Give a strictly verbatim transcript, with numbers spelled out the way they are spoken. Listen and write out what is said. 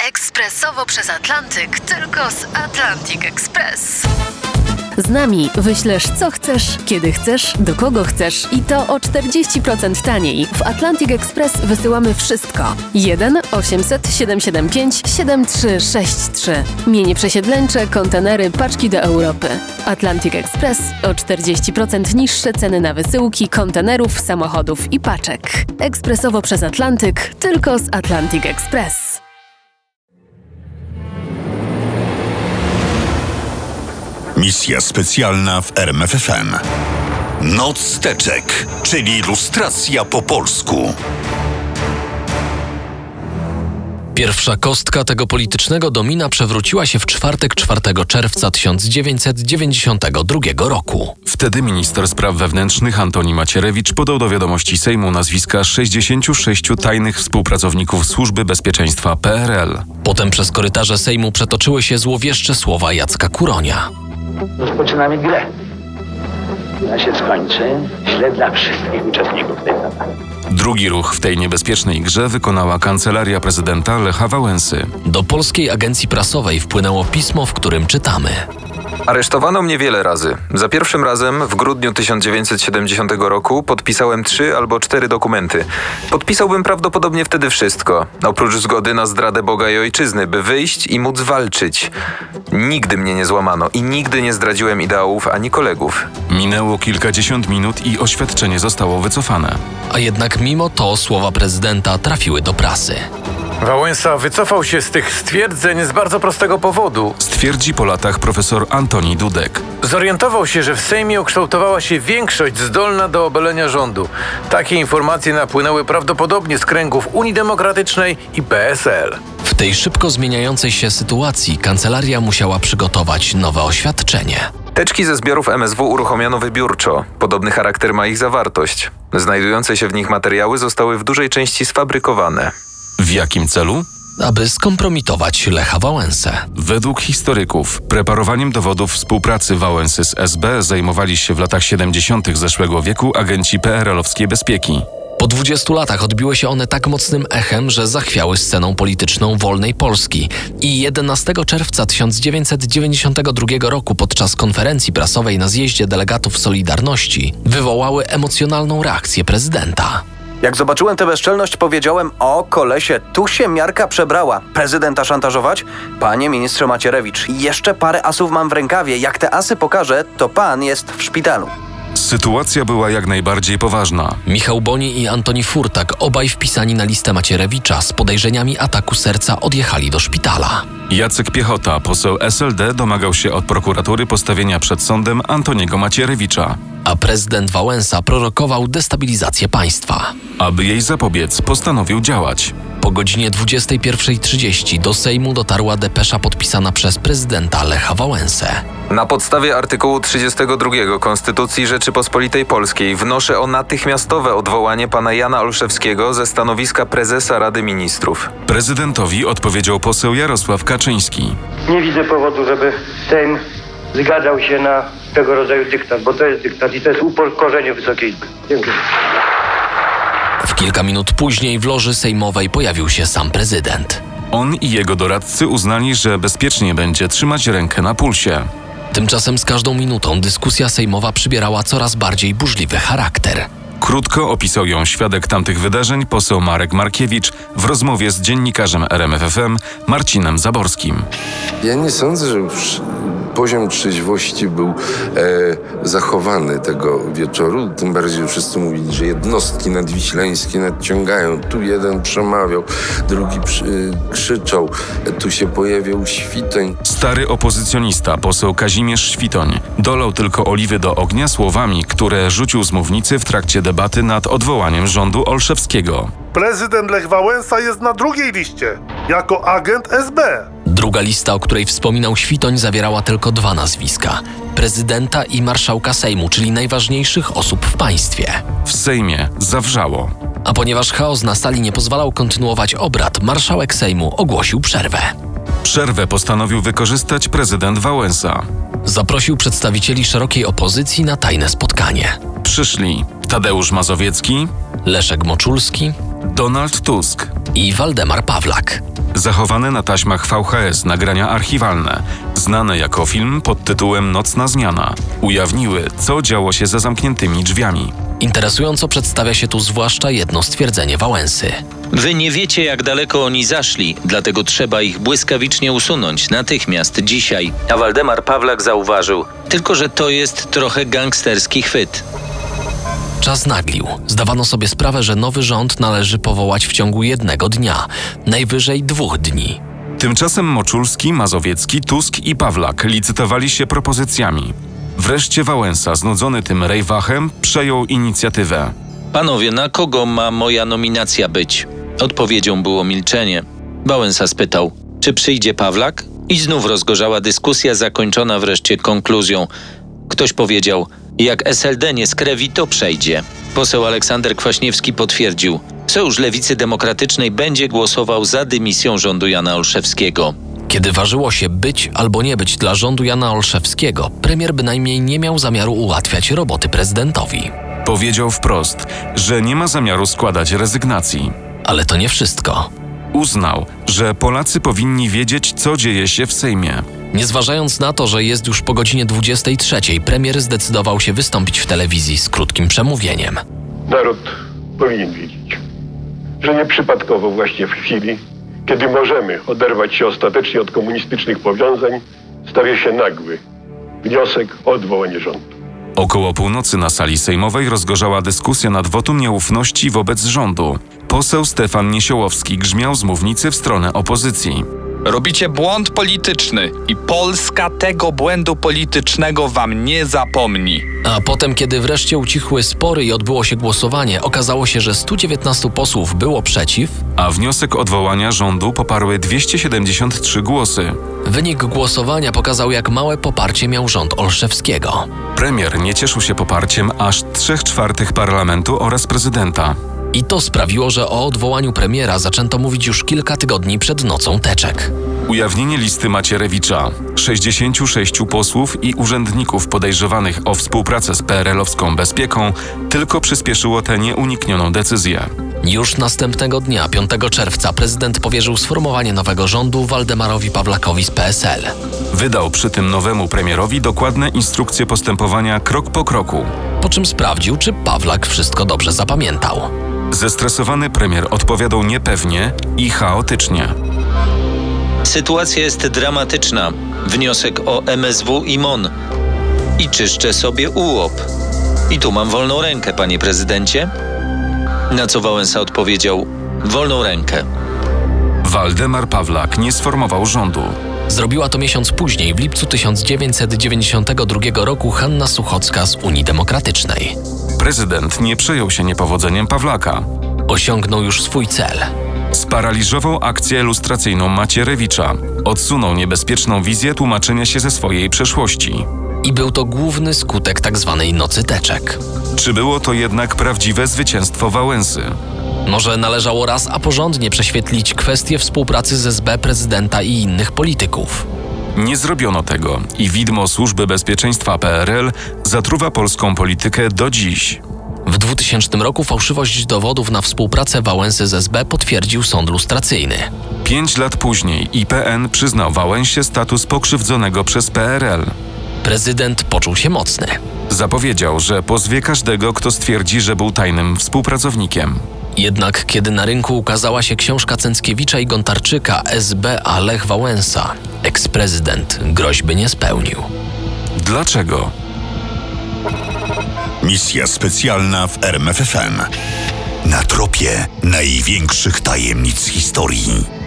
Ekspresowo przez Atlantyk, tylko z Atlantic Express. Z nami wyślesz co chcesz, kiedy chcesz, do kogo chcesz i to o czterdzieści procent taniej. W Atlantic Express wysyłamy wszystko. jeden osiemset siedemset siedemdziesiąt pięć siedemdziesiąt trzy sześćdziesiąt trzy. Mienie przesiedleńcze, kontenery, paczki do Europy. Atlantic Express o czterdzieści procent niższe ceny na wysyłki, kontenerów, samochodów i paczek. Ekspresowo przez Atlantyk, tylko z Atlantic Express. Misja specjalna w R M F F M. Noc teczek, czyli lustracja po polsku. Pierwsza kostka tego politycznego domina przewróciła się w czwartek czwartego czerwca tysiąc dziewięćset dziewięćdziesiątego drugiego roku. Wtedy minister spraw wewnętrznych Antoni Macierewicz podał do wiadomości Sejmu nazwiska sześćdziesięciu sześciu tajnych współpracowników Służby Bezpieczeństwa P R L. Potem przez korytarze Sejmu przetoczyły się złowieszcze słowa Jacka Kuronia. Rozpoczynamy grę. Ona się skończy źle dla wszystkich uczestników tej zabawy. Drugi ruch w tej niebezpiecznej grze wykonała Kancelaria Prezydenta Lecha Wałęsy. Do Polskiej Agencji Prasowej wpłynęło pismo, w którym czytamy: Aresztowano mnie wiele razy. Za pierwszym razem w grudniu tysiąc dziewięćset siedemdziesiątego roku podpisałem trzy albo cztery dokumenty. Podpisałbym prawdopodobnie wtedy wszystko, oprócz zgody na zdradę Boga i Ojczyzny, by wyjść i móc walczyć. Nigdy mnie nie złamano i nigdy nie zdradziłem ideałów ani kolegów. Minęło kilkadziesiąt minut i oświadczenie zostało wycofane. A jednak mimo to słowa prezydenta trafiły do prasy. Wałęsa wycofał się z tych stwierdzeń z bardzo prostego powodu. Stwierdzi po latach profesor Antoni Dudek. Zorientował się, że w Sejmie ukształtowała się większość zdolna do obalenia rządu. Takie informacje napłynęły prawdopodobnie z kręgów Unii Demokratycznej i P S L. W tej szybko zmieniającej się sytuacji kancelaria musiała przygotować nowe oświadczenie. Teczki ze zbiorów M S W uruchomiono wybiórczo. Podobny charakter ma ich zawartość. Znajdujące się w nich materiały zostały w dużej części sfabrykowane. W jakim celu? Aby skompromitować Lecha Wałęsę. Według historyków preparowaniem dowodów współpracy Wałęsy z S B zajmowali się w latach siedemdziesiątych zeszłego wieku agenci P R L-owskiej bezpieki. Po dwudziestu latach odbiły się one tak mocnym echem, że zachwiały sceną polityczną wolnej Polski i jedenastego czerwca tysiąc dziewięćset dziewięćdziesiątego drugiego roku podczas konferencji prasowej na zjeździe delegatów Solidarności wywołały emocjonalną reakcję prezydenta. Jak zobaczyłem tę bezczelność, powiedziałem: o kolesie, tu się miarka przebrała. Prezydenta szantażować? Panie ministrze Macierewicz, jeszcze parę asów mam w rękawie. Jak te asy pokażę, to pan jest w szpitalu. Sytuacja była jak najbardziej poważna. Michał Boni i Antoni Furtak, obaj wpisani na listę Macierewicza, z podejrzeniami ataku serca odjechali do szpitala. Jacek Piechota, poseł S L D, domagał się od prokuratury postawienia przed sądem Antoniego Macierewicza. A prezydent Wałęsa prorokował destabilizację państwa. Aby jej zapobiec, postanowił działać. Po godzinie dwudziestej pierwszej trzydzieści do Sejmu dotarła depesza podpisana przez prezydenta Lecha Wałęsę. Na podstawie artykułu trzydziestego drugiego Konstytucji Rzeczypospolitej Polskiej wnoszę o natychmiastowe odwołanie pana Jana Olszewskiego ze stanowiska prezesa Rady Ministrów. Prezydentowi odpowiedział poseł Jarosław Kaczyński. Nie widzę powodu, żeby Sejm zgadzał się na tego rodzaju dyktat, bo to jest dyktat i to jest upokorzenie Wysokiej Izby. Dziękuję. W kilka minut później w loży sejmowej pojawił się sam prezydent. On i jego doradcy uznali, że bezpiecznie będzie trzymać rękę na pulsie. Tymczasem z każdą minutą dyskusja sejmowa przybierała coraz bardziej burzliwy charakter. Krótko opisał ją świadek tamtych wydarzeń poseł Marek Markiewicz w rozmowie z dziennikarzem R M F F M Marcinem Zaborskim. Ja nie sądzę, że już poziom trzeźwości był e, zachowany tego wieczoru. Tym bardziej, że wszyscy mówili, że jednostki nadwiślańskie nadciągają. Tu jeden przemawiał, drugi przy, krzyczał. Tu się pojawiał Świtoń. Stary opozycjonista, poseł Kazimierz Świtoń, dolał tylko oliwy do ognia słowami, które rzucił z mównicy w trakcie debaty nad odwołaniem rządu Olszewskiego. Prezydent Lech Wałęsa jest na drugiej liście, jako agent S B. Druga lista, o której wspominał Świtoń, zawierała tylko dwa nazwiska. Prezydenta i marszałka Sejmu, czyli najważniejszych osób w państwie. W Sejmie zawrzało. A ponieważ chaos na sali nie pozwalał kontynuować obrad, marszałek Sejmu ogłosił przerwę. Przerwę postanowił wykorzystać prezydent Wałęsa. Zaprosił przedstawicieli szerokiej opozycji na tajne spotkanie. Przyszli Tadeusz Mazowiecki, Leszek Moczulski, Donald Tusk i Waldemar Pawlak. Zachowane na taśmach V H S nagrania archiwalne, znane jako film pod tytułem Nocna zmiana, ujawniły, co działo się za zamkniętymi drzwiami. Interesująco przedstawia się tu zwłaszcza jedno stwierdzenie Wałęsy. Wy nie wiecie, jak daleko oni zaszli, dlatego trzeba ich błyskawicznie usunąć, natychmiast, dzisiaj. A Waldemar Pawlak zauważył, tylko że to jest trochę gangsterski chwyt. Czas naglił. Zdawano sobie sprawę, że nowy rząd należy powołać w ciągu jednego dnia, najwyżej dwóch dni. Tymczasem Moczulski, Mazowiecki, Tusk i Pawlak licytowali się propozycjami. Wreszcie Wałęsa, znudzony tym rejwachem, przejął inicjatywę. Panowie, na kogo ma moja nominacja być? Odpowiedzią było milczenie. Wałęsa spytał, czy przyjdzie Pawlak? I znów rozgorzała dyskusja, zakończona wreszcie konkluzją. Ktoś powiedział, jak S L D nie skrewi, to przejdzie. Poseł Aleksander Kwaśniewski potwierdził, Sojusz Lewicy Demokratycznej będzie głosował za dymisją rządu Jana Olszewskiego. Kiedy ważyło się być albo nie być dla rządu Jana Olszewskiego, premier bynajmniej nie miał zamiaru ułatwiać roboty prezydentowi. Powiedział wprost, że nie ma zamiaru składać rezygnacji. Ale to nie wszystko. Uznał, że Polacy powinni wiedzieć, co dzieje się w Sejmie. Nie zważając na to, że jest już po godzinie dwudziestej trzeciej, premier zdecydował się wystąpić w telewizji z krótkim przemówieniem. Naród powinien wiedzieć, że nieprzypadkowo właśnie w chwili, kiedy możemy oderwać się ostatecznie od komunistycznych powiązań, stawia się nagły wniosek o odwołanie rządu. Około północy na sali sejmowej rozgorzała dyskusja nad wotum nieufności wobec rządu. Poseł Stefan Niesiołowski grzmiał z mównicy w stronę opozycji. Robicie błąd polityczny i Polska tego błędu politycznego wam nie zapomni. A potem, kiedy wreszcie ucichły spory i odbyło się głosowanie, okazało się, że stu dziewiętnastu posłów było przeciw, a wniosek odwołania rządu poparły dwieście siedemdziesiąt trzy głosy. Wynik głosowania pokazał, jak małe poparcie miał rząd Olszewskiego. Premier nie cieszył się poparciem aż trzech czwartych parlamentu oraz prezydenta. I to sprawiło, że o odwołaniu premiera zaczęto mówić już kilka tygodni przed nocą teczek. Ujawnienie listy Macierewicza, sześćdziesięciu sześciu posłów i urzędników podejrzewanych o współpracę z P R L-owską bezpieką tylko przyspieszyło tę nieuniknioną decyzję. Już następnego dnia, piątego czerwca, prezydent powierzył sformowanie nowego rządu Waldemarowi Pawlakowi z P S L. Wydał przy tym nowemu premierowi dokładne instrukcje postępowania krok po kroku. Po czym sprawdził, czy Pawlak wszystko dobrze zapamiętał. Zestresowany premier odpowiadał niepewnie i chaotycznie. Sytuacja jest dramatyczna. Wniosek o M S W i M O N. I czyszczę sobie ułop. I tu mam wolną rękę, panie prezydencie. Na co Wałęsa odpowiedział, wolną rękę. Waldemar Pawlak nie sformował rządu. Zrobiła to miesiąc później, w lipcu tysiąc dziewięćset dziewięćdziesiątego drugiego roku, Hanna Suchocka z Unii Demokratycznej. Prezydent nie przejął się niepowodzeniem Pawlaka. Osiągnął już swój cel. Sparaliżował akcję lustracyjną Macierewicza. Odsunął niebezpieczną wizję tłumaczenia się ze swojej przeszłości. I był to główny skutek tzw. nocy teczek. Czy było to jednak prawdziwe zwycięstwo Wałęsy? Może należało raz a porządnie prześwietlić kwestię współpracy z S B prezydenta i innych polityków. Nie zrobiono tego i widmo Służby Bezpieczeństwa P R L zatruwa polską politykę do dziś. W dwutysięcznym roku fałszywość dowodów na współpracę Wałęsy z S B potwierdził sąd lustracyjny. Pięć lat później I P N przyznał Wałęsie status pokrzywdzonego przez P R L. Prezydent poczuł się mocny. Zapowiedział, że pozwie każdego, kto stwierdzi, że był tajnym współpracownikiem. Jednak kiedy na rynku ukazała się książka Cęckiewicza i Gontarczyka S B a Lech Wałęsa, eksprezydent groźby nie spełnił. Dlaczego? Misja specjalna w R M F F M. Na tropie największych tajemnic historii.